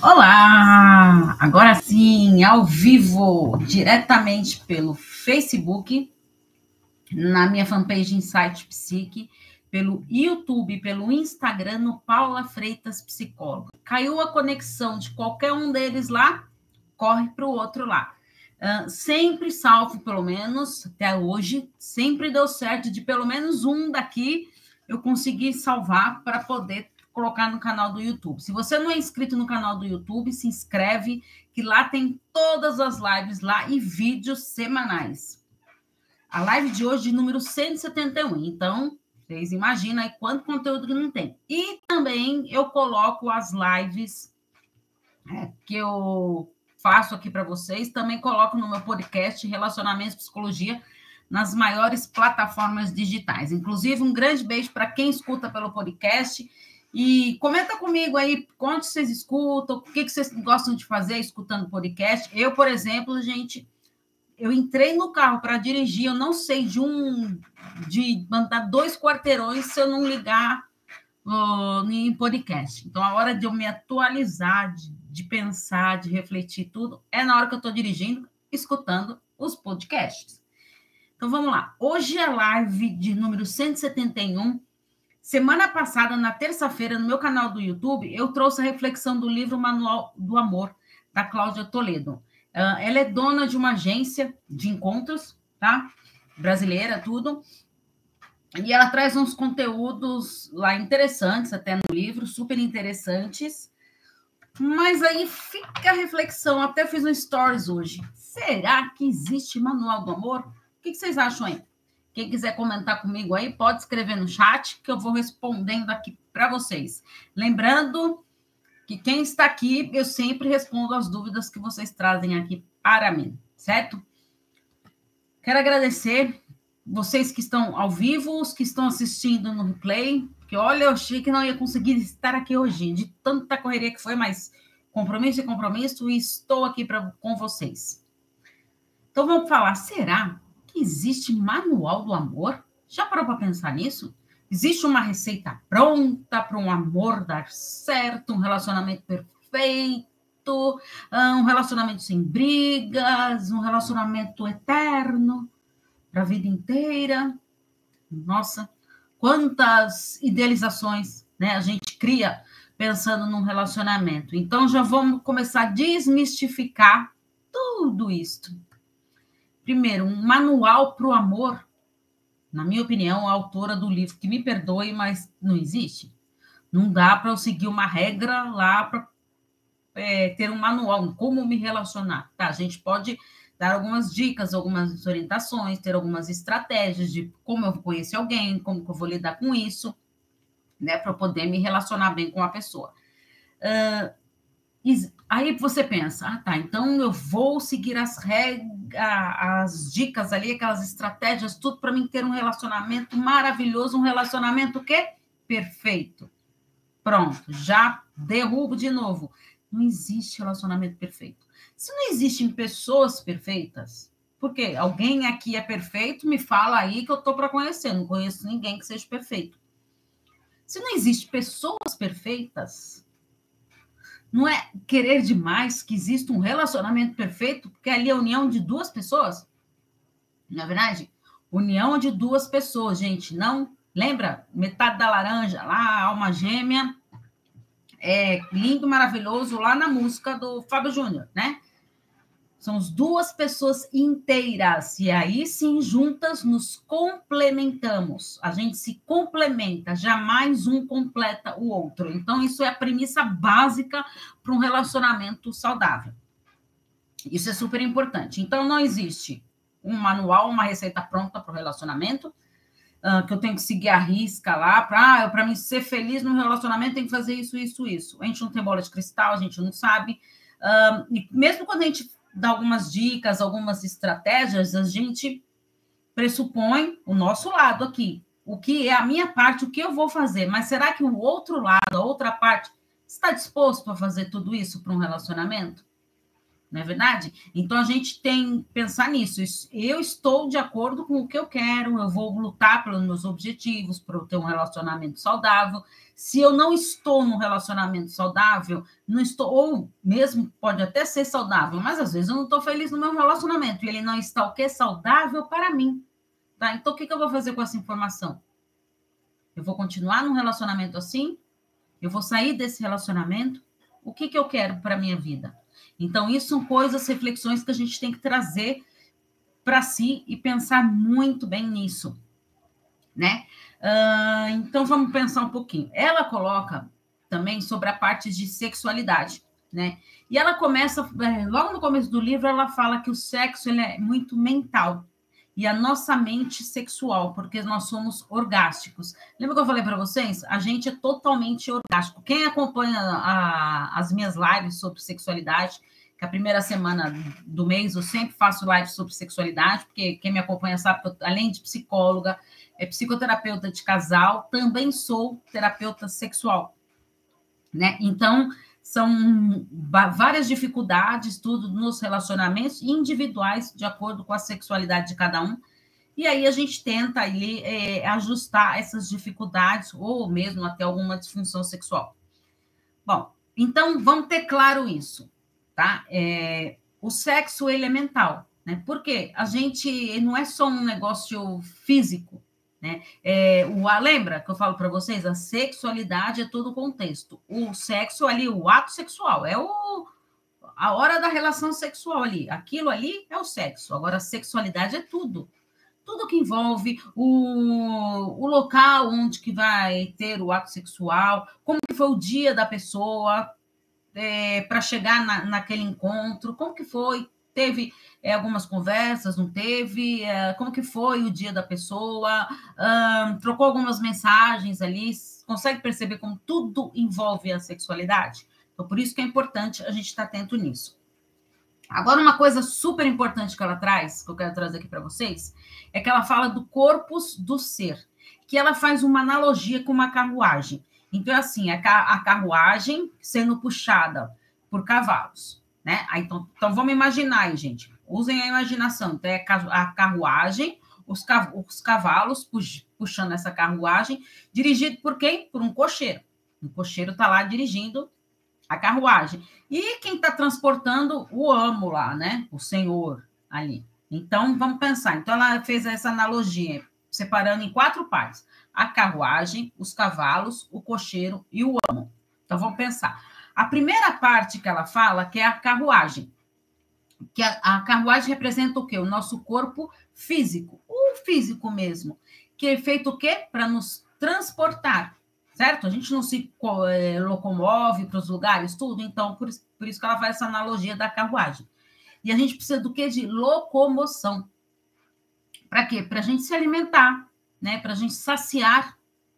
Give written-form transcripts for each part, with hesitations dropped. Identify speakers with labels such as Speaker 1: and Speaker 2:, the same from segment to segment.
Speaker 1: Olá! Agora sim, ao vivo, diretamente pelo Facebook, na minha fanpage Insight Psique, pelo YouTube, pelo Instagram, no Paula Freitas Psicóloga. Caiu a conexão de qualquer um deles lá, corre para o outro lá. Sempre salvo, pelo menos, até hoje, sempre deu certo de pelo menos um daqui eu consegui salvar para poder colocar no canal do YouTube. Se você não é inscrito no canal do YouTube, se inscreve, que lá tem todas as lives lá e vídeos semanais. A live de hoje, número 171. Então, vocês imaginam aí quanto conteúdo que não tem. E também eu coloco as lives que eu faço aqui para vocês. Também coloco no meu podcast Relacionamentos e Psicologia nas maiores plataformas digitais. Inclusive, um grande beijo para quem escuta pelo podcast. E comenta comigo aí, quanto vocês escutam, o que vocês gostam de fazer escutando podcast. Eu, por exemplo, gente, eu entrei no carro para dirigir, eu não sei de mandar 2 quarteirões se eu não ligar em podcast. Então, a hora de eu me atualizar, de pensar, de refletir tudo, é na hora que eu estou dirigindo, escutando os podcasts. Então, vamos lá. Hoje é a live de número 171. Semana passada, na terça-feira, no meu canal do YouTube, eu trouxe a reflexão do livro Manual do Amor, da Cláudia Toledo. Ela é dona de uma agência de encontros, tá? Brasileira, tudo. E ela traz uns conteúdos lá interessantes, até no livro, super interessantes. Mas aí fica a reflexão, até fiz um stories hoje. Será que existe Manual do Amor? O que vocês acham aí? Quem quiser comentar comigo aí, pode escrever no chat, que eu vou respondendo aqui para vocês. Lembrando que quem está aqui, eu sempre respondo as dúvidas que vocês trazem aqui para mim, certo? Quero agradecer vocês que estão ao vivo, os que estão assistindo no replay, porque olha, eu achei que não ia conseguir estar aqui hoje, de tanta correria que foi, mas compromisso e compromisso, e estou aqui com vocês. Então vamos falar, será que existe manual do amor? Já parou para pensar nisso? Existe uma receita pronta para um amor dar certo, um relacionamento perfeito, um relacionamento sem brigas, um relacionamento eterno para a vida inteira? Nossa, quantas idealizações, né, a gente cria pensando num relacionamento. Então já vamos começar a desmistificar tudo isto. Primeiro, um manual para o amor, na minha opinião, a autora do livro, que me perdoe, mas não existe. Não dá para eu seguir uma regra lá para ter um manual, como me relacionar. Tá, a gente pode dar algumas dicas, algumas orientações, ter algumas estratégias de como eu vou conhecer alguém, como que eu vou lidar com isso, né, para poder me relacionar bem com a pessoa. Aí você pensa, tá, então eu vou seguir as regras, as dicas ali, aquelas estratégias, tudo para mim ter um relacionamento maravilhoso, um relacionamento o quê? Perfeito. Pronto, já derrubo de novo. Não existe relacionamento perfeito. Se não existem pessoas perfeitas, porque alguém aqui é perfeito, me fala aí que eu estou para conhecer, não conheço ninguém que seja perfeito. Se não existem pessoas perfeitas, não é querer demais que exista um relacionamento perfeito, porque ali é a união de 2 pessoas. Na verdade, união de 2 pessoas, gente. Não lembra? Metade da laranja, lá, alma gêmea. Lindo, maravilhoso, lá na música do Fábio Júnior, né? São as 2 pessoas inteiras. E aí, sim, juntas nos complementamos. A gente se complementa, jamais um completa o outro. Então, isso é a premissa básica para um relacionamento saudável. Isso é super importante. Então, não existe um manual, uma receita pronta para o relacionamento, que eu tenho que seguir a risca lá, para mim ser feliz no relacionamento, tem que fazer isso, isso, isso. A gente não tem bola de cristal, a gente não sabe. E mesmo quando a gente dá algumas dicas, algumas estratégias, a gente pressupõe o nosso lado aqui. O que é a minha parte, o que eu vou fazer. Mas será que o outro lado, a outra parte, está disposto a fazer tudo isso para um relacionamento? não é verdade? Então, a gente tem que pensar nisso. Eu estou de acordo com o que eu quero, eu vou lutar pelos meus objetivos, para eu ter um relacionamento saudável. Se eu não estou num relacionamento saudável, não estou, ou mesmo pode até ser saudável, mas às vezes eu não estou feliz no meu relacionamento, e ele não está o quê? Saudável para mim. Tá? Então, o que eu vou fazer com essa informação? Eu vou continuar num relacionamento assim? Eu vou sair desse relacionamento? O que eu quero para a minha vida? Então, isso são coisas, reflexões que a gente tem que trazer para si e pensar muito bem nisso, né? Então, vamos pensar um pouquinho. Ela coloca também sobre a parte de sexualidade, né? E ela começa, logo no começo do livro, ela fala que o sexo ele é muito mental e a nossa mente sexual, porque nós somos orgásticos. Lembra que eu falei para vocês? A gente é totalmente orgástico. Quem acompanha as minhas lives sobre sexualidade, que a primeira semana do mês eu sempre faço lives sobre sexualidade, porque quem me acompanha sabe que eu, além de psicóloga, psicoterapeuta de casal, também sou terapeuta sexual, né? Então, são várias dificuldades, tudo nos relacionamentos individuais, de acordo com a sexualidade de cada um. E aí a gente tenta ali, ajustar essas dificuldades, ou mesmo até alguma disfunção sexual. Bom, então vamos ter claro isso, tá? O sexo, ele é mental, né? Porque a gente não é só um negócio físico, né? Lembra que eu falo para vocês? A sexualidade é todo o contexto. O sexo ali, o ato sexual, a hora da relação sexual ali. Aquilo ali é o sexo. Agora, a sexualidade é tudo. Tudo que envolve o local onde que vai ter o ato sexual, como que foi o dia da pessoa para chegar naquele encontro, como que foi, teve algumas conversas, não teve, como que foi o dia da pessoa, trocou algumas mensagens ali, consegue perceber como tudo envolve a sexualidade? Então, por isso que é importante a gente estar atento nisso. Agora, uma coisa super importante que ela traz, que eu quero trazer aqui para vocês, é que ela fala do corpus do ser, que ela faz uma analogia com uma carruagem. Então, assim, a carruagem sendo puxada por cavalos, né? Então, vamos imaginar aí, gente. Usem a imaginação. Então, é a carruagem, os cavalos puxando essa carruagem, dirigido por quem? Por um cocheiro. O cocheiro está lá dirigindo a carruagem. E quem está transportando o amo lá, né? O senhor ali. Então, vamos pensar. Então, ela fez essa analogia, separando em 4 partes: a carruagem, os cavalos, o cocheiro e o amo. Então, vamos pensar. A primeira parte que ela fala, que é a carruagem. Que a carruagem representa o quê? O nosso corpo físico. O físico mesmo. Que é feito o quê? Para nos transportar. Certo? A gente não se locomove para os lugares, tudo. Então, por isso que ela faz essa analogia da carruagem. E a gente precisa do quê? De locomoção. Para quê? Para a gente se alimentar, né? Para a gente saciar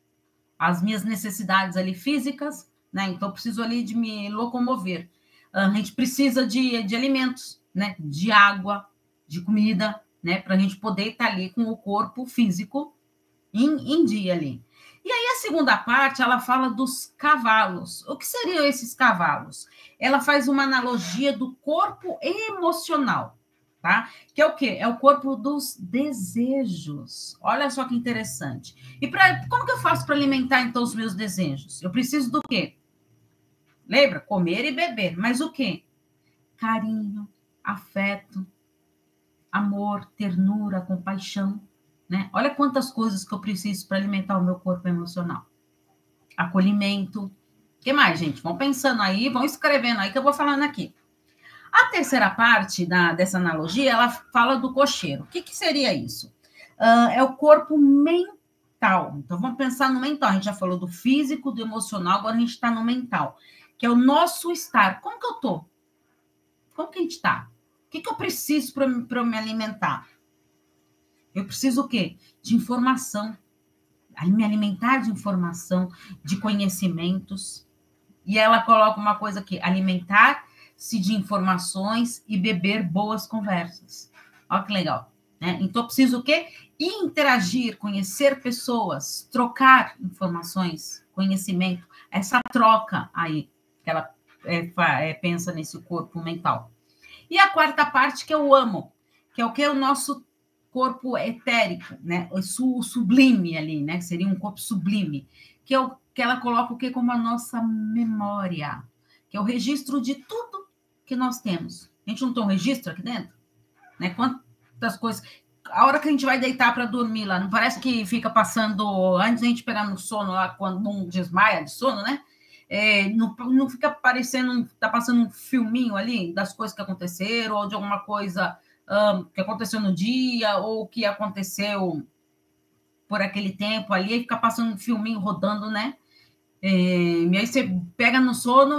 Speaker 1: as minhas necessidades ali físicas, né? Então, eu preciso ali de me locomover. A gente precisa de alimentos, né? De água, de comida, né? Para a gente poder estar ali com o corpo físico em dia ali. E aí, a segunda parte, ela fala dos cavalos. O que seriam esses cavalos? Ela faz uma analogia do corpo emocional, tá? Que é o quê? É o corpo dos desejos. Olha só que interessante. E como que eu faço para alimentar, então, os meus desejos? Eu preciso do quê? Lembra? Comer e beber. Mas o quê? Carinho, afeto, amor, ternura, compaixão. Né? Olha quantas coisas que eu preciso para alimentar o meu corpo emocional. Acolhimento. O que mais, gente? Vão pensando aí, vão escrevendo aí que eu vou falando aqui. A terceira parte dessa analogia, ela fala do cocheiro. O que seria isso? É o corpo mental. Então, vamos pensar no mental. A gente já falou do físico, do emocional, agora a gente está no mental, que é o nosso estar. Como que eu estou? Como que a gente está? O que eu preciso para eu me alimentar? Eu preciso o quê? De informação. Me alimentar de informação, de conhecimentos. E ela coloca uma coisa aqui: alimentar-se de informações e beber boas conversas. Olha que legal. Né? Então, eu preciso o quê? Interagir, conhecer pessoas, trocar informações, conhecimento. Essa troca aí, que ela pensa nesse corpo mental. E a quarta parte, que eu amo, que é o que? O nosso corpo etérico, né? O sublime ali, né? Que seria um corpo sublime, que é o que ela coloca o que como a nossa memória, que é o registro de tudo que nós temos. A gente não tem um registro aqui dentro, né? Quantas coisas. A hora que a gente vai deitar para dormir lá, não parece que fica passando antes da gente pegar no sono lá quando não desmaia de sono, né? Não fica parecendo, tá passando um filminho ali das coisas que aconteceram, ou de alguma coisa que aconteceu no dia, ou que aconteceu por aquele tempo ali, e fica passando um filminho rodando, né? E aí você pega no sono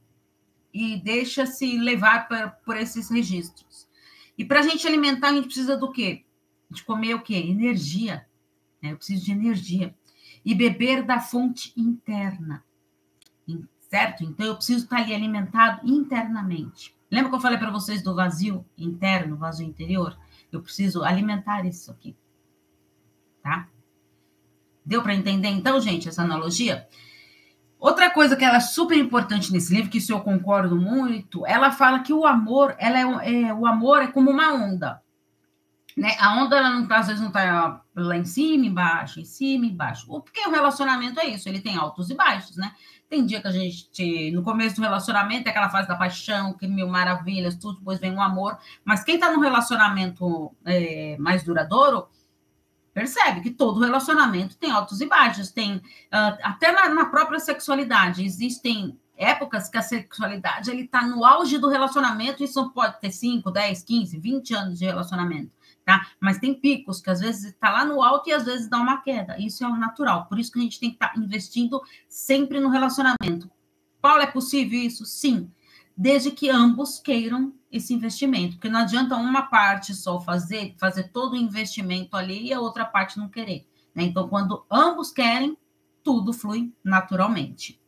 Speaker 1: e deixa se levar por esses registros. E para a gente alimentar, a gente precisa do quê? De comer o quê? Energia. Né? Eu preciso de energia. E beber da fonte interna. Certo? Então, eu preciso estar ali alimentado internamente. Lembra que eu falei para vocês do vazio interno, vazio interior? Eu preciso alimentar isso aqui. Tá? Deu para entender, então, gente, essa analogia? Outra coisa que ela é super importante nesse livro, que isso eu concordo muito, ela fala que o amor, o amor é como uma onda. Né? A onda, ela não tá, às vezes, não está lá em cima, embaixo, em cima, embaixo. Porque o relacionamento é isso, ele tem altos e baixos, né? Tem dia que a gente, no começo do relacionamento, é aquela fase da paixão, que mil maravilhas, tudo, depois vem o amor. Mas quem está num relacionamento mais duradouro, percebe que todo relacionamento tem altos e baixos. Tem, até na própria sexualidade, existem épocas que a sexualidade ele está no auge do relacionamento, isso pode ter 5, 10, 15, 20 anos de relacionamento. Tá? Mas tem picos que às vezes está lá no alto e às vezes dá uma queda. Isso é o natural. Por isso que a gente tem que estar investindo sempre no relacionamento. Paulo, é possível isso? Sim. Desde que ambos queiram esse investimento. Porque não adianta uma parte só fazer todo o investimento ali e a outra parte não querer. Né? Então, quando ambos querem, tudo flui naturalmente.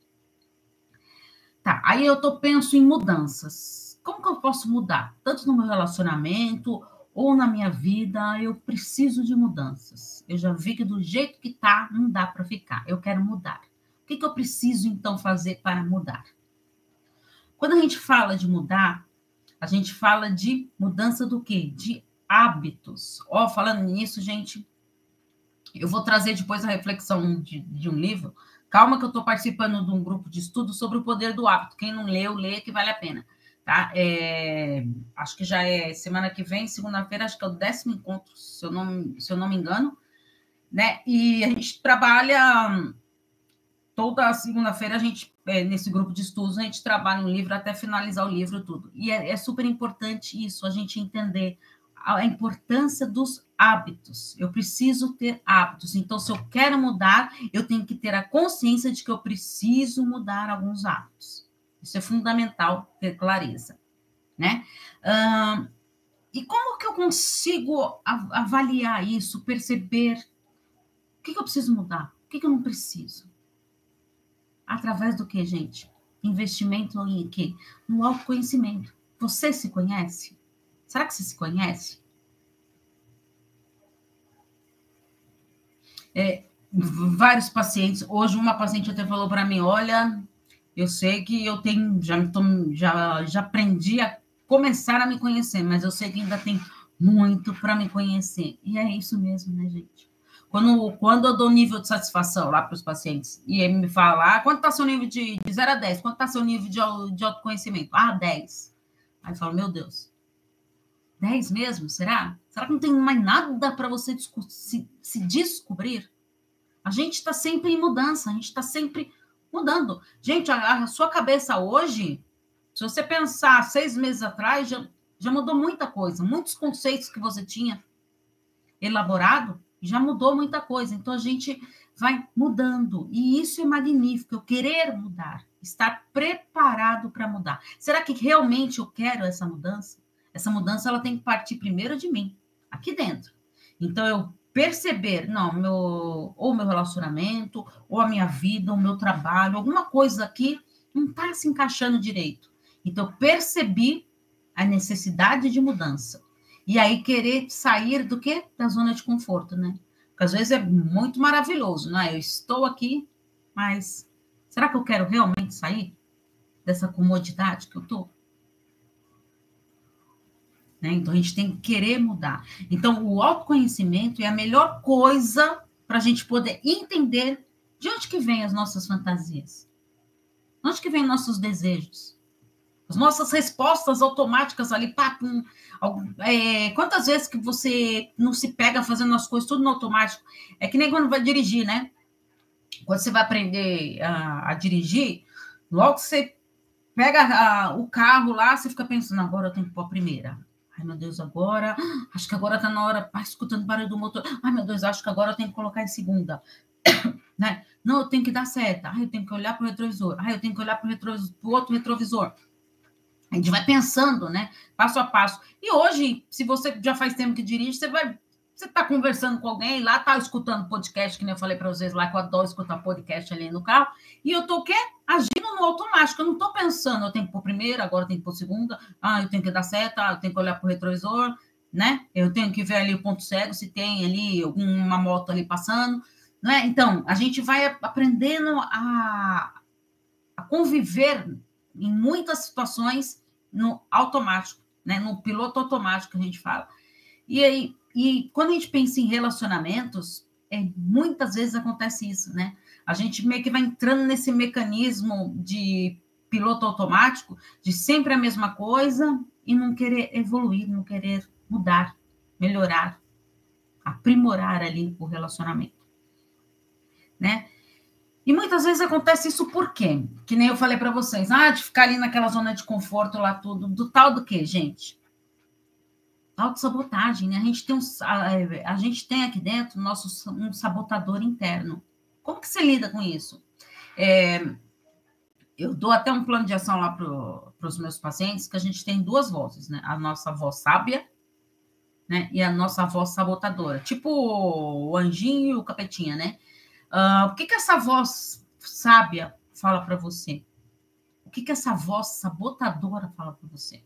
Speaker 1: Tá, aí eu penso em mudanças. Como que eu posso mudar? Tanto no meu relacionamento ou na minha vida, eu preciso de mudanças. Eu já vi que do jeito que tá, não dá para ficar. Eu quero mudar. O que eu preciso, então, fazer para mudar? Quando a gente fala de mudar, a gente fala de mudança do quê? De hábitos. Falando nisso, gente, eu vou trazer depois a reflexão de um livro. Calma que eu estou participando de um grupo de estudo sobre o poder do hábito. Quem não leu, lê, que vale a pena. Tá? Acho que já é semana que vem, segunda-feira, acho que é o 10º encontro, se eu não me engano. Né? E a gente trabalha toda segunda-feira, a gente, nesse grupo de estudos, a gente trabalha um livro até finalizar o livro tudo. E é super importante isso, a gente entender a importância dos hábitos. Eu preciso ter hábitos. Então, se eu quero mudar, eu tenho que ter a consciência de que eu preciso mudar alguns hábitos. Isso é fundamental ter clareza, né? E como que eu consigo avaliar isso, perceber o que eu preciso mudar, o que eu não preciso? Através do que, gente? Investimento em quê? No autoconhecimento. Você se conhece? Será que você se conhece? Vários pacientes. Hoje, uma paciente até falou para mim: olha, eu sei que eu tenho, já aprendi a começar a me conhecer, mas eu sei que ainda tem muito para me conhecer. E é isso mesmo, né, gente? Quando eu dou nível de satisfação lá para os pacientes, e ele me fala, quanto está seu nível de 0 a 10? Quanto está seu nível de autoconhecimento? 10. Aí eu falo, meu Deus, 10 mesmo? Será? Será que não tem mais nada para você se descobrir? A gente está sempre em mudança, a gente está sempre mudando. Gente, a sua cabeça hoje, se você pensar 6 meses atrás, já mudou muita coisa. Muitos conceitos que você tinha elaborado, já mudou muita coisa. Então, a gente vai mudando. E isso é magnífico, eu querer mudar, estar preparado para mudar. Será que realmente eu quero essa mudança? Essa mudança, ela tem que partir primeiro de mim, aqui dentro. Então, eu perceber, ou meu relacionamento, ou a minha vida, o meu trabalho, alguma coisa aqui não está se encaixando direito. Então, eu percebi a necessidade de mudança. E aí querer sair do quê? Da zona de conforto, né? Porque às vezes é muito maravilhoso, né? Eu estou aqui, mas será que eu quero realmente sair dessa comodidade que eu estou? né? Então, a gente tem que querer mudar. Então, o autoconhecimento é a melhor coisa para a gente poder entender de onde que vêm as nossas fantasias, de onde que vêm nossos desejos, as nossas respostas automáticas ali, pá, quantas vezes que você não se pega fazendo as coisas tudo no automático? É que nem quando vai dirigir, né? Quando você vai aprender a dirigir, logo que você pega o carro lá, você fica pensando, agora eu tenho que pôr a primeira. Ai, meu Deus, agora, acho que agora tá na hora, escutando o barulho do motor. Ai, meu Deus, acho que agora eu tenho que colocar em segunda. Né? Não, eu tenho que dar seta. Ai, eu tenho que olhar para o retrovisor. Ai, eu tenho que olhar para o outro retrovisor. A gente vai pensando, né? Passo a passo. E hoje, se você já faz tempo que dirige, você está conversando com alguém lá, está escutando podcast, que nem eu falei para vocês lá, que eu adoro escutar podcast ali no carro, e eu estou o quê? Agindo no automático. Eu não estou pensando, eu tenho que pôr primeira, agora eu tenho que pôr segunda, eu tenho que dar seta, eu tenho que olhar para o retrovisor, né? Eu tenho que ver ali o ponto cego, se tem ali alguma moto ali passando, né? Então, a gente vai aprendendo a conviver em muitas situações no automático, né? No piloto automático que a gente fala. E quando a gente pensa em relacionamentos, muitas vezes acontece isso, né? A gente meio que vai entrando nesse mecanismo de piloto automático, de sempre a mesma coisa e não querer evoluir, não querer mudar, melhorar, aprimorar ali o relacionamento, né? E muitas vezes acontece isso por quê? Que nem eu falei para vocês, de ficar ali naquela zona de conforto lá tudo, do tal do quê, gente? Autossabotagem, né? A gente tem aqui dentro um sabotador interno. Como que você lida com isso? Eu dou até um plano de ação lá para os meus pacientes, que a gente tem duas vozes, né? A nossa voz sábia, né? E a nossa voz sabotadora. Tipo o anjinho e o capetinha, né? O que essa voz sábia fala para você? O que essa voz sabotadora fala para você?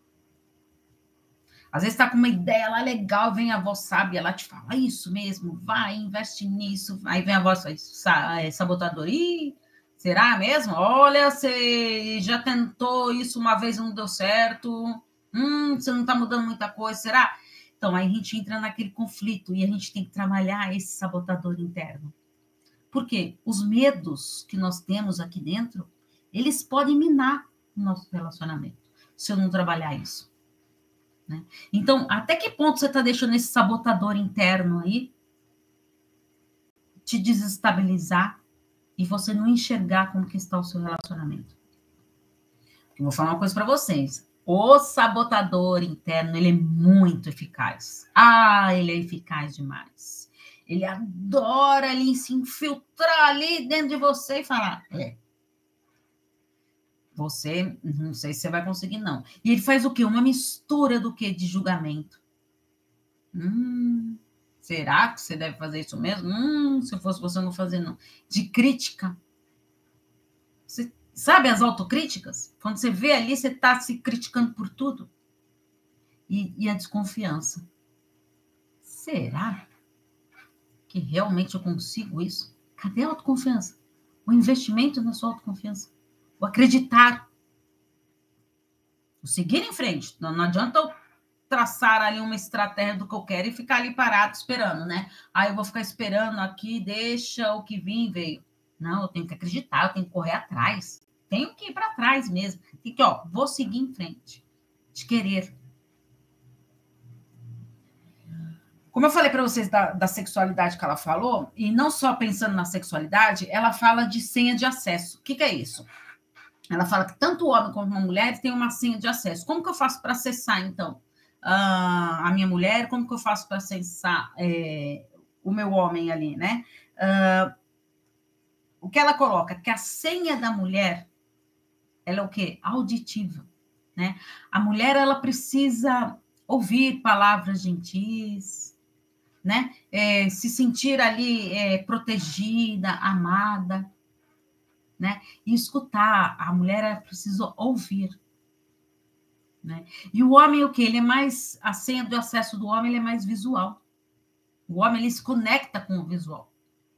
Speaker 1: Às vezes está com uma ideia lá legal, vem a voz sábia, ela te fala, isso mesmo, vai, investe nisso. Aí vem a voz sabotadora, será mesmo? Olha, você já tentou isso uma vez e não deu certo, você não está mudando muita coisa, será? Então, aí a gente entra naquele conflito e a gente tem que trabalhar esse sabotador interno. Por quê? Os medos que nós temos aqui dentro, eles podem minar o nosso relacionamento, se eu não trabalhar isso. Né? Então, até que ponto você está deixando esse sabotador interno aí te desestabilizar e você não enxergar como que está o seu relacionamento? Eu vou falar uma coisa para vocês. O sabotador interno, ele é muito eficaz. Ele é eficaz demais. Ele adora ali se infiltrar ali dentro de você e falar, você, não sei se você vai conseguir, não. E ele faz o quê? Uma mistura do quê? De julgamento. Será que você deve fazer isso mesmo? Se eu fosse você, eu não fazia, não. De crítica. Você sabe as autocríticas? Quando você vê ali, você está se criticando por tudo. E a desconfiança. Será que realmente eu consigo isso? Cadê a autoconfiança? O investimento na sua autoconfiança. O acreditar. O seguir em frente. Não adianta eu traçar ali uma estratégia do que eu quero e ficar ali parado esperando, né? Eu vou ficar esperando aqui, deixa o que vir veio. Não, eu tenho que acreditar, eu tenho que correr atrás. Tenho que ir para trás mesmo. Tem que, vou seguir em frente. De querer. Como eu falei para vocês da sexualidade que ela falou, e não só pensando na sexualidade, ela fala de senha de acesso. O que é isso? Ela fala que tanto o homem como a mulher tem uma senha de acesso. Como que eu faço para acessar, então, a minha mulher? Como que eu faço para acessar o meu homem ali, né? O que ela coloca? Que a senha da mulher, ela é o quê? Auditiva, né? A mulher, ela precisa ouvir palavras gentis, né? Se sentir ali protegida, amada, né? E escutar. A mulher, ela precisa ouvir. Né? E o homem, o que? Ele é mais, a senha do acesso do homem, ele é mais visual. O homem, ele se conecta com o visual.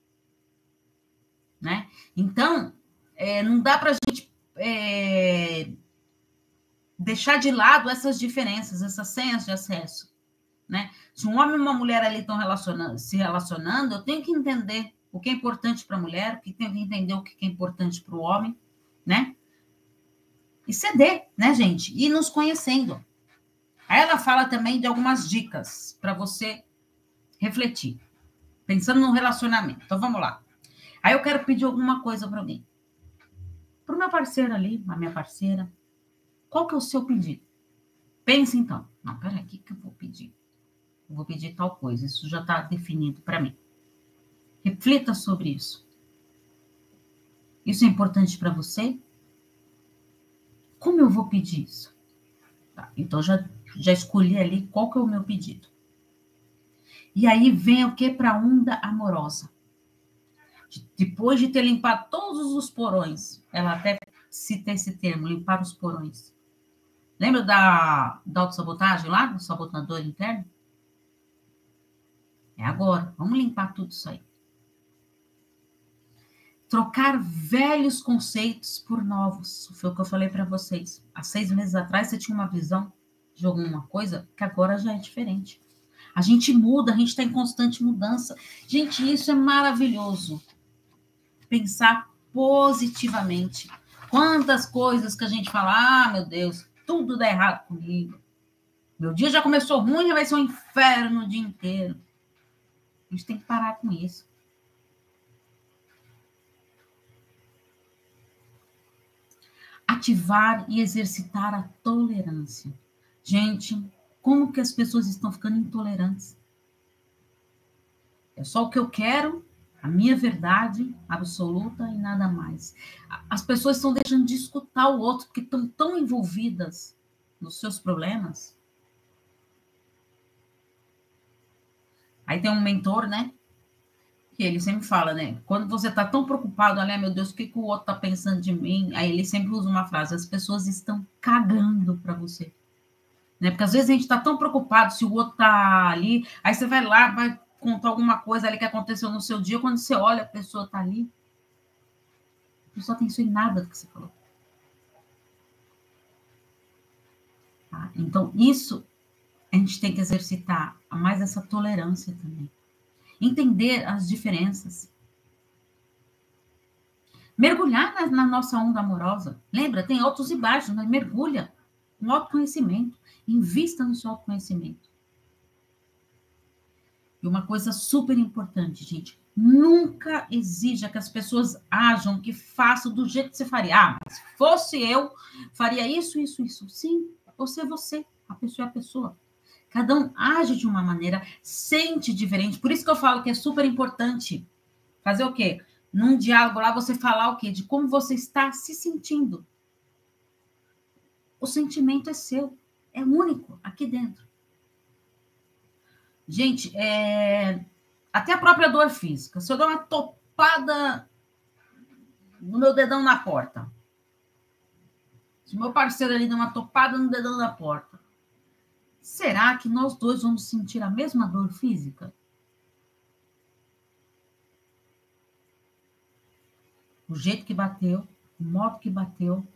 Speaker 1: Né? Então, não dá para a gente deixar de lado essas diferenças, essas senhas de acesso, né? Se um homem e uma mulher ali estão se relacionando, eu tenho que entender o que é importante para a mulher, tenho que entender o que é importante para o homem, né? E ceder, né, gente? E nos conhecendo. Aí ela fala também de algumas dicas para você refletir, pensando no relacionamento. Então, vamos lá. Aí eu quero pedir alguma coisa para alguém. Para o meu parceiro ali, a minha parceira, qual que é o seu pedido? Pense então. Não, peraí, o que eu vou pedir? Eu vou pedir tal coisa, isso já está definido para mim. Reflita sobre isso. Isso é importante para você? Como eu vou pedir isso? Tá, então, já escolhi ali qual que é o meu pedido. E aí vem o que para a onda amorosa. Depois de ter limpado todos os porões, ela até cita esse termo, limpar os porões. Lembra da autossabotagem lá, do sabotador interno? É agora, vamos limpar tudo isso aí. Trocar velhos conceitos por novos. Foi o que eu falei para vocês. Há 6 meses atrás, você tinha uma visão de alguma coisa que agora já é diferente. A gente muda, a gente está em constante mudança. Gente, isso é maravilhoso. Pensar positivamente. Quantas coisas que a gente fala, meu Deus, tudo dá errado comigo. Meu dia já começou ruim, já vai ser um inferno o dia inteiro. A gente tem que parar com isso. Ativar e exercitar a tolerância. Gente, como que as pessoas estão ficando intolerantes? É só o que eu quero, a minha verdade absoluta e nada mais. As pessoas estão deixando de escutar o outro, porque estão tão envolvidas nos seus problemas. Aí tem um mentor, né? Que ele sempre fala, né? Quando você está tão preocupado, olha, meu Deus, o que o outro está pensando de mim? Aí ele sempre usa uma frase: as pessoas estão cagando para você. Né? Porque às vezes a gente está tão preocupado se o outro está ali, aí você vai lá, vai contar alguma coisa ali que aconteceu no seu dia, quando você olha, a pessoa está ali. A pessoa tem isso em nada do que você falou. Tá? Então, isso a gente tem que exercitar mais essa tolerância também. Entender as diferenças. Mergulhar na nossa onda amorosa. Lembra, tem altos e baixos, mas mergulha no autoconhecimento. Invista no seu autoconhecimento. E uma coisa super importante, gente. Nunca exija que as pessoas ajam, que façam do jeito que você faria. Ah, mas se fosse eu, faria isso, isso, isso. Sim, você é você. A pessoa é a pessoa. Cada um age de uma maneira, sente diferente. Por isso que eu falo que é super importante fazer o quê? Num diálogo lá, você falar o quê? De como você está se sentindo. O sentimento é seu, é único aqui dentro. Gente, até a própria dor física. Se eu der uma topada no meu dedão na porta, se o meu parceiro ali der uma topada no dedão da porta, será que nós dois vamos sentir a mesma dor física? O jeito que bateu, o modo que bateu,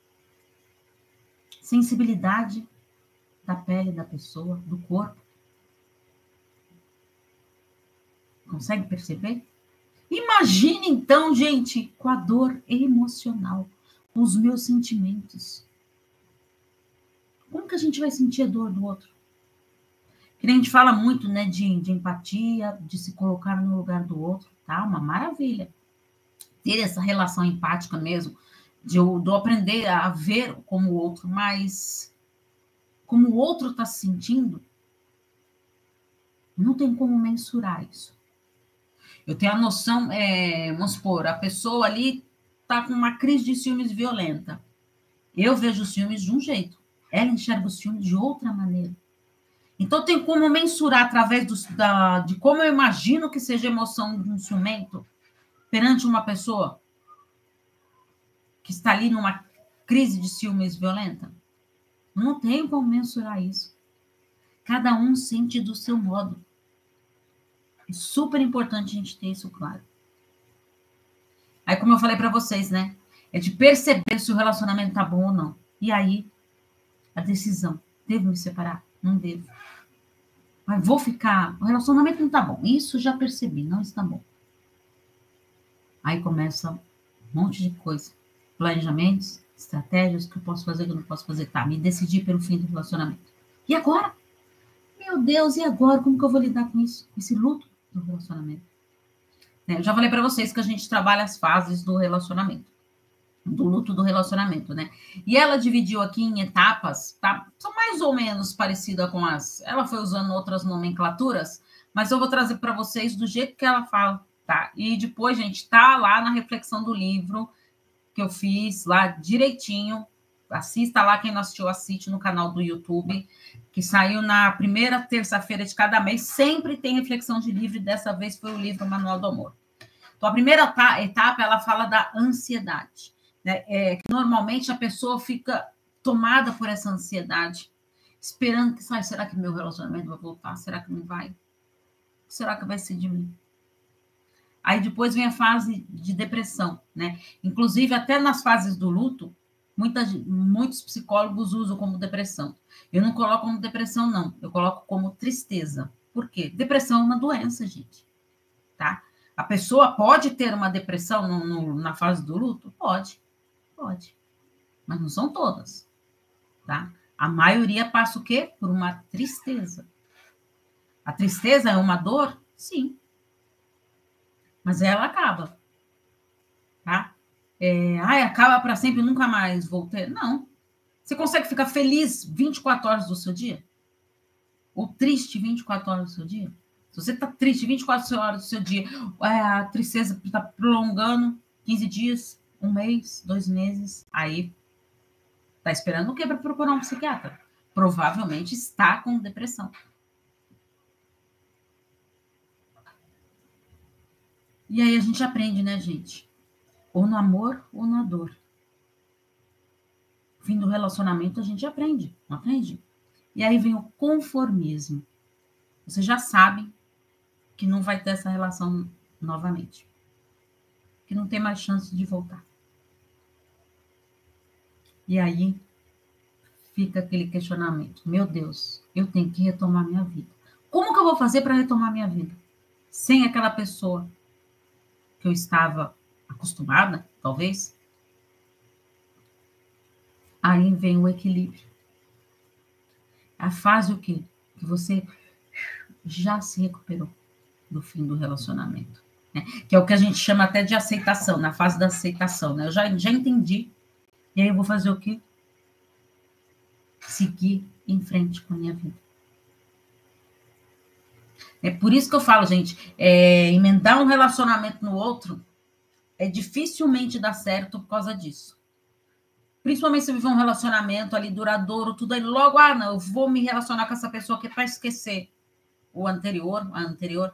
Speaker 1: sensibilidade da pele da pessoa, do corpo. Consegue perceber? Imagine então, gente, com a dor emocional, com os meus sentimentos. Como que a gente vai sentir a dor do outro? Que a gente fala muito, né, de empatia, de se colocar no lugar do outro, tá? Uma maravilha. Ter essa relação empática mesmo, de eu aprender a ver como o outro, mas como o outro está se sentindo, não tem como mensurar isso. Eu tenho a noção, vamos supor, a pessoa ali está com uma crise de ciúmes violenta. Eu vejo os ciúmes de um jeito, ela enxerga os ciúmes de outra maneira. Então, tem como mensurar através de como eu imagino que seja a emoção de um ciumento perante uma pessoa que está ali numa crise de ciúmes violenta? Não tem como mensurar isso. Cada um sente do seu modo. É super importante a gente ter isso claro. Aí, como eu falei para vocês, né? É de perceber se o relacionamento tá bom ou não. E aí, a decisão. Devo me separar? Não devo. Mas vou ficar... O relacionamento não está bom. Isso já percebi, não está bom. Aí começa um monte de coisa. Planejamentos, estratégias, o que eu posso fazer, o que eu não posso fazer. Tá, me decidi pelo fim do relacionamento. E agora? Meu Deus, e agora? Como que eu vou lidar com isso? Com esse luto do relacionamento? Eu já falei para vocês que a gente trabalha as fases do relacionamento. Do luto do relacionamento, né? E ela dividiu aqui em etapas, tá? São mais ou menos parecidas com as... Ela foi usando outras nomenclaturas, mas eu vou trazer para vocês do jeito que ela fala, tá? E depois, gente, tá lá na reflexão do livro que eu fiz lá direitinho. Assista lá, quem não assistiu, assiste no canal do YouTube, que saiu na primeira terça-feira de cada mês. Sempre tem reflexão de livro, e dessa vez foi o livro Manual do Amor. Então, a primeira etapa, ela fala da ansiedade. Né? Que normalmente a pessoa fica tomada por essa ansiedade, esperando que sai. Será que meu relacionamento vai voltar? Será que não vai? Será que vai ser de mim? Aí depois vem a fase de depressão, né? Inclusive, até nas fases do luto, muitos psicólogos usam como depressão. Eu não coloco como depressão, não. Eu coloco como tristeza. Por quê? Depressão é uma doença, gente. Tá? A pessoa pode ter uma depressão na fase do luto? Pode. Mas não são todas, tá? A maioria passa o quê? Por uma tristeza. A tristeza é uma dor? Sim. Mas ela acaba, tá? Acaba para sempre, nunca mais vou ter? Não. Você consegue ficar feliz 24 horas do seu dia? Ou triste 24 horas do seu dia? Se você está triste 24 horas do seu dia, a tristeza está prolongando 15 dias, 1 mês, 2 meses, aí está esperando o quê para procurar um psiquiatra? Provavelmente está com depressão. E aí a gente aprende, né, gente? Ou no amor ou na dor. No fim do relacionamento a gente aprende, não aprende? E aí vem o conformismo. Você já sabe que não vai ter essa relação novamente. Que não tem mais chance de voltar. E aí fica aquele questionamento. Meu Deus, eu tenho que retomar minha vida. Como que eu vou fazer para retomar minha vida? Sem aquela pessoa que eu estava acostumada, talvez. Aí vem o equilíbrio. A fase o quê? Que você já se recuperou do fim do relacionamento. Né? Que é o que a gente chama até de aceitação, na fase da aceitação. Né? Eu já entendi. E aí eu vou fazer o quê? Seguir em frente com a minha vida. É por isso que eu falo, gente, emendar um relacionamento no outro dificilmente dá certo por causa disso. Principalmente se viver um relacionamento ali duradouro, tudo aí logo, não, eu vou me relacionar com essa pessoa aqui para esquecer a anterior.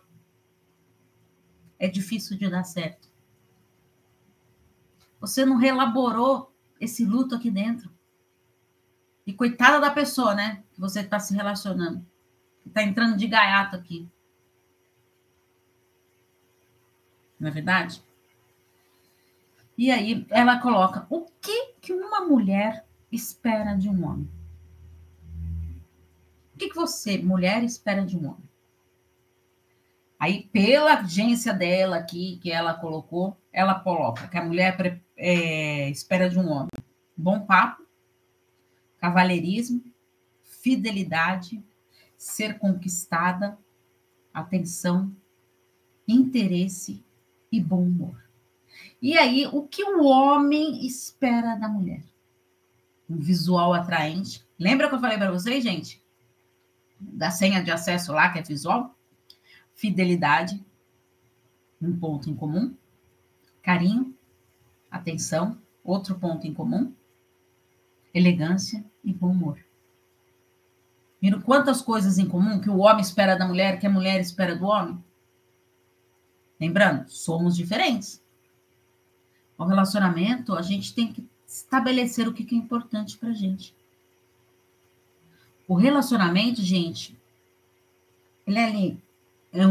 Speaker 1: É difícil de dar certo. Você não reelaborou esse luto aqui dentro. E coitada da pessoa, né, que você está se relacionando. Que está entrando de gaiato aqui. Não é verdade? E aí ela coloca, o que uma mulher espera de um homem? O que você, mulher, espera de um homem? Aí, pela agência dela aqui, que ela colocou, ela coloca que a mulher espera de um homem bom papo, cavalheirismo, fidelidade, ser conquistada, atenção, interesse e bom humor. E aí, o que o homem espera da mulher? Um visual atraente. Lembra que eu falei para vocês, gente? Da senha de acesso lá, que é visual? Fidelidade, um ponto em comum. Carinho, atenção, outro ponto em comum. Elegância e bom humor. Viram quantas coisas em comum que o homem espera da mulher, que a mulher espera do homem? Lembrando, somos diferentes. No relacionamento, a gente tem que estabelecer o que é importante para a gente. O relacionamento, gente, ele é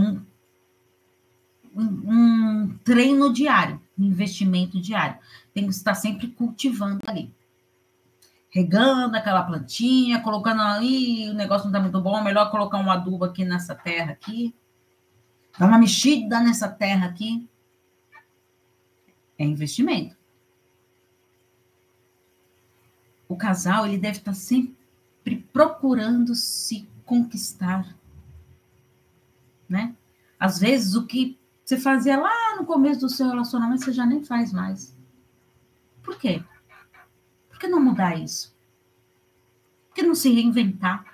Speaker 1: um treino diário, um investimento diário. Tem que estar sempre cultivando ali. regando aquela plantinha, colocando ali, o negócio não tá muito bom, melhor colocar um adubo aqui nessa terra aqui, dar uma mexida nessa terra aqui. É investimento. O casal, ele deve estar sempre procurando se conquistar, né? Às vezes, o que você fazia lá no começo do seu relacionamento, você já nem faz mais. Por quê? Por que não mudar isso? Por que não se reinventar?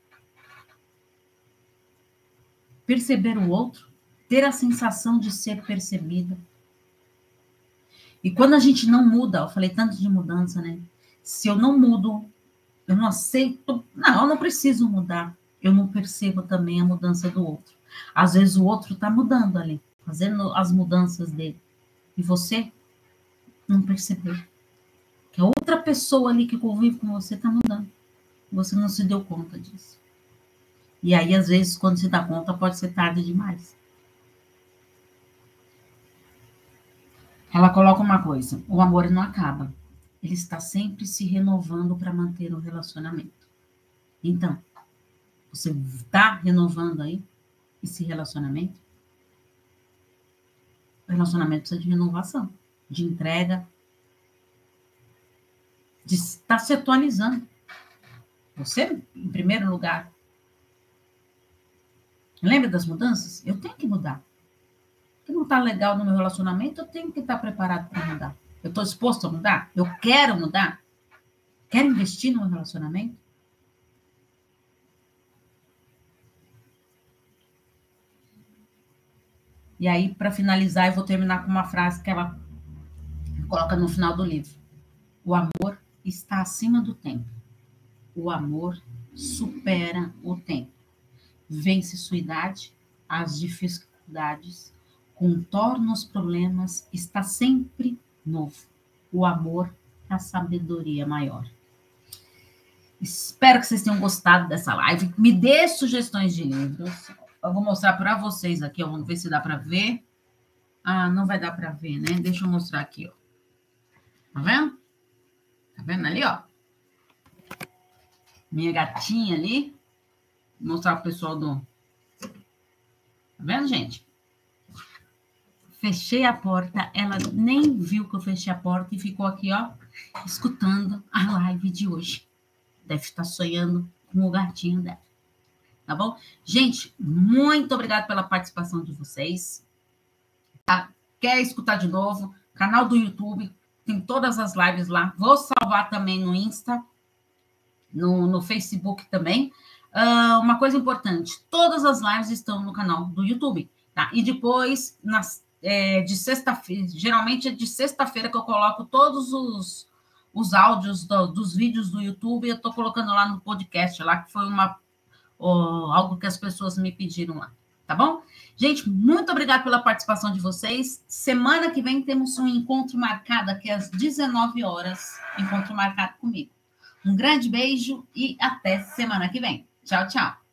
Speaker 1: Perceber o outro, ter a sensação de ser percebida. E quando a gente não muda, eu falei tanto de mudança, né? Se eu não mudo, eu não aceito, não, eu não preciso mudar. Eu não percebo também a mudança do outro. Às vezes o outro está mudando ali, fazendo as mudanças dele. E você não percebeu. Que a outra pessoa ali que convive com você está mudando. Você não se deu conta disso. E aí, às vezes, quando se dá conta, pode ser tarde demais. Ela coloca uma coisa: o amor não acaba. Ele está sempre se renovando para manter o relacionamento. Então, você está renovando aí esse relacionamento? O relacionamento precisa de renovação, de entrega, de estar se atualizando. Você, em primeiro lugar. Lembra das mudanças? Eu tenho que mudar. O que não está legal no meu relacionamento, eu tenho que estar preparado para mudar. Eu estou disposto a mudar? Eu quero mudar? Quero investir no meu relacionamento? E aí, para finalizar, eu vou terminar com uma frase que ela coloca no final do livro. O amor está acima do tempo. O amor supera o tempo. Vence sua idade, as dificuldades, contorna os problemas, está sempre novo. O amor é a sabedoria maior. Espero que vocês tenham gostado dessa live. Me dê sugestões de livros. Eu vou mostrar para vocês aqui, ó. Vamos ver se dá para ver. Ah, não vai dar para ver, né? Deixa eu mostrar aqui, ó. Tá vendo? Tá vendo ali, ó? Minha gatinha ali. Vou mostrar pro pessoal do... Tá vendo, gente? Fechei a porta, ela nem viu que eu fechei a porta e ficou aqui, ó, escutando a live de hoje. Deve estar sonhando com o gatinho dela. Tá bom? Gente, muito obrigada pela participação de vocês. Tá? Quer escutar de novo? Canal do YouTube, tem todas as lives lá. Vou salvar também no Insta, no Facebook também. Uma coisa importante, todas as lives estão no canal do YouTube, tá? E depois, de sexta-feira, geralmente é de sexta-feira que eu coloco todos os áudios dos vídeos do YouTube, eu tô colocando lá no podcast, lá que foi algo que as pessoas me pediram lá, tá bom? Gente, muito obrigada pela participação de vocês. Semana que vem temos um encontro marcado aqui às 19 horas, encontro marcado comigo. Um grande beijo e até semana que vem. Tchau, tchau.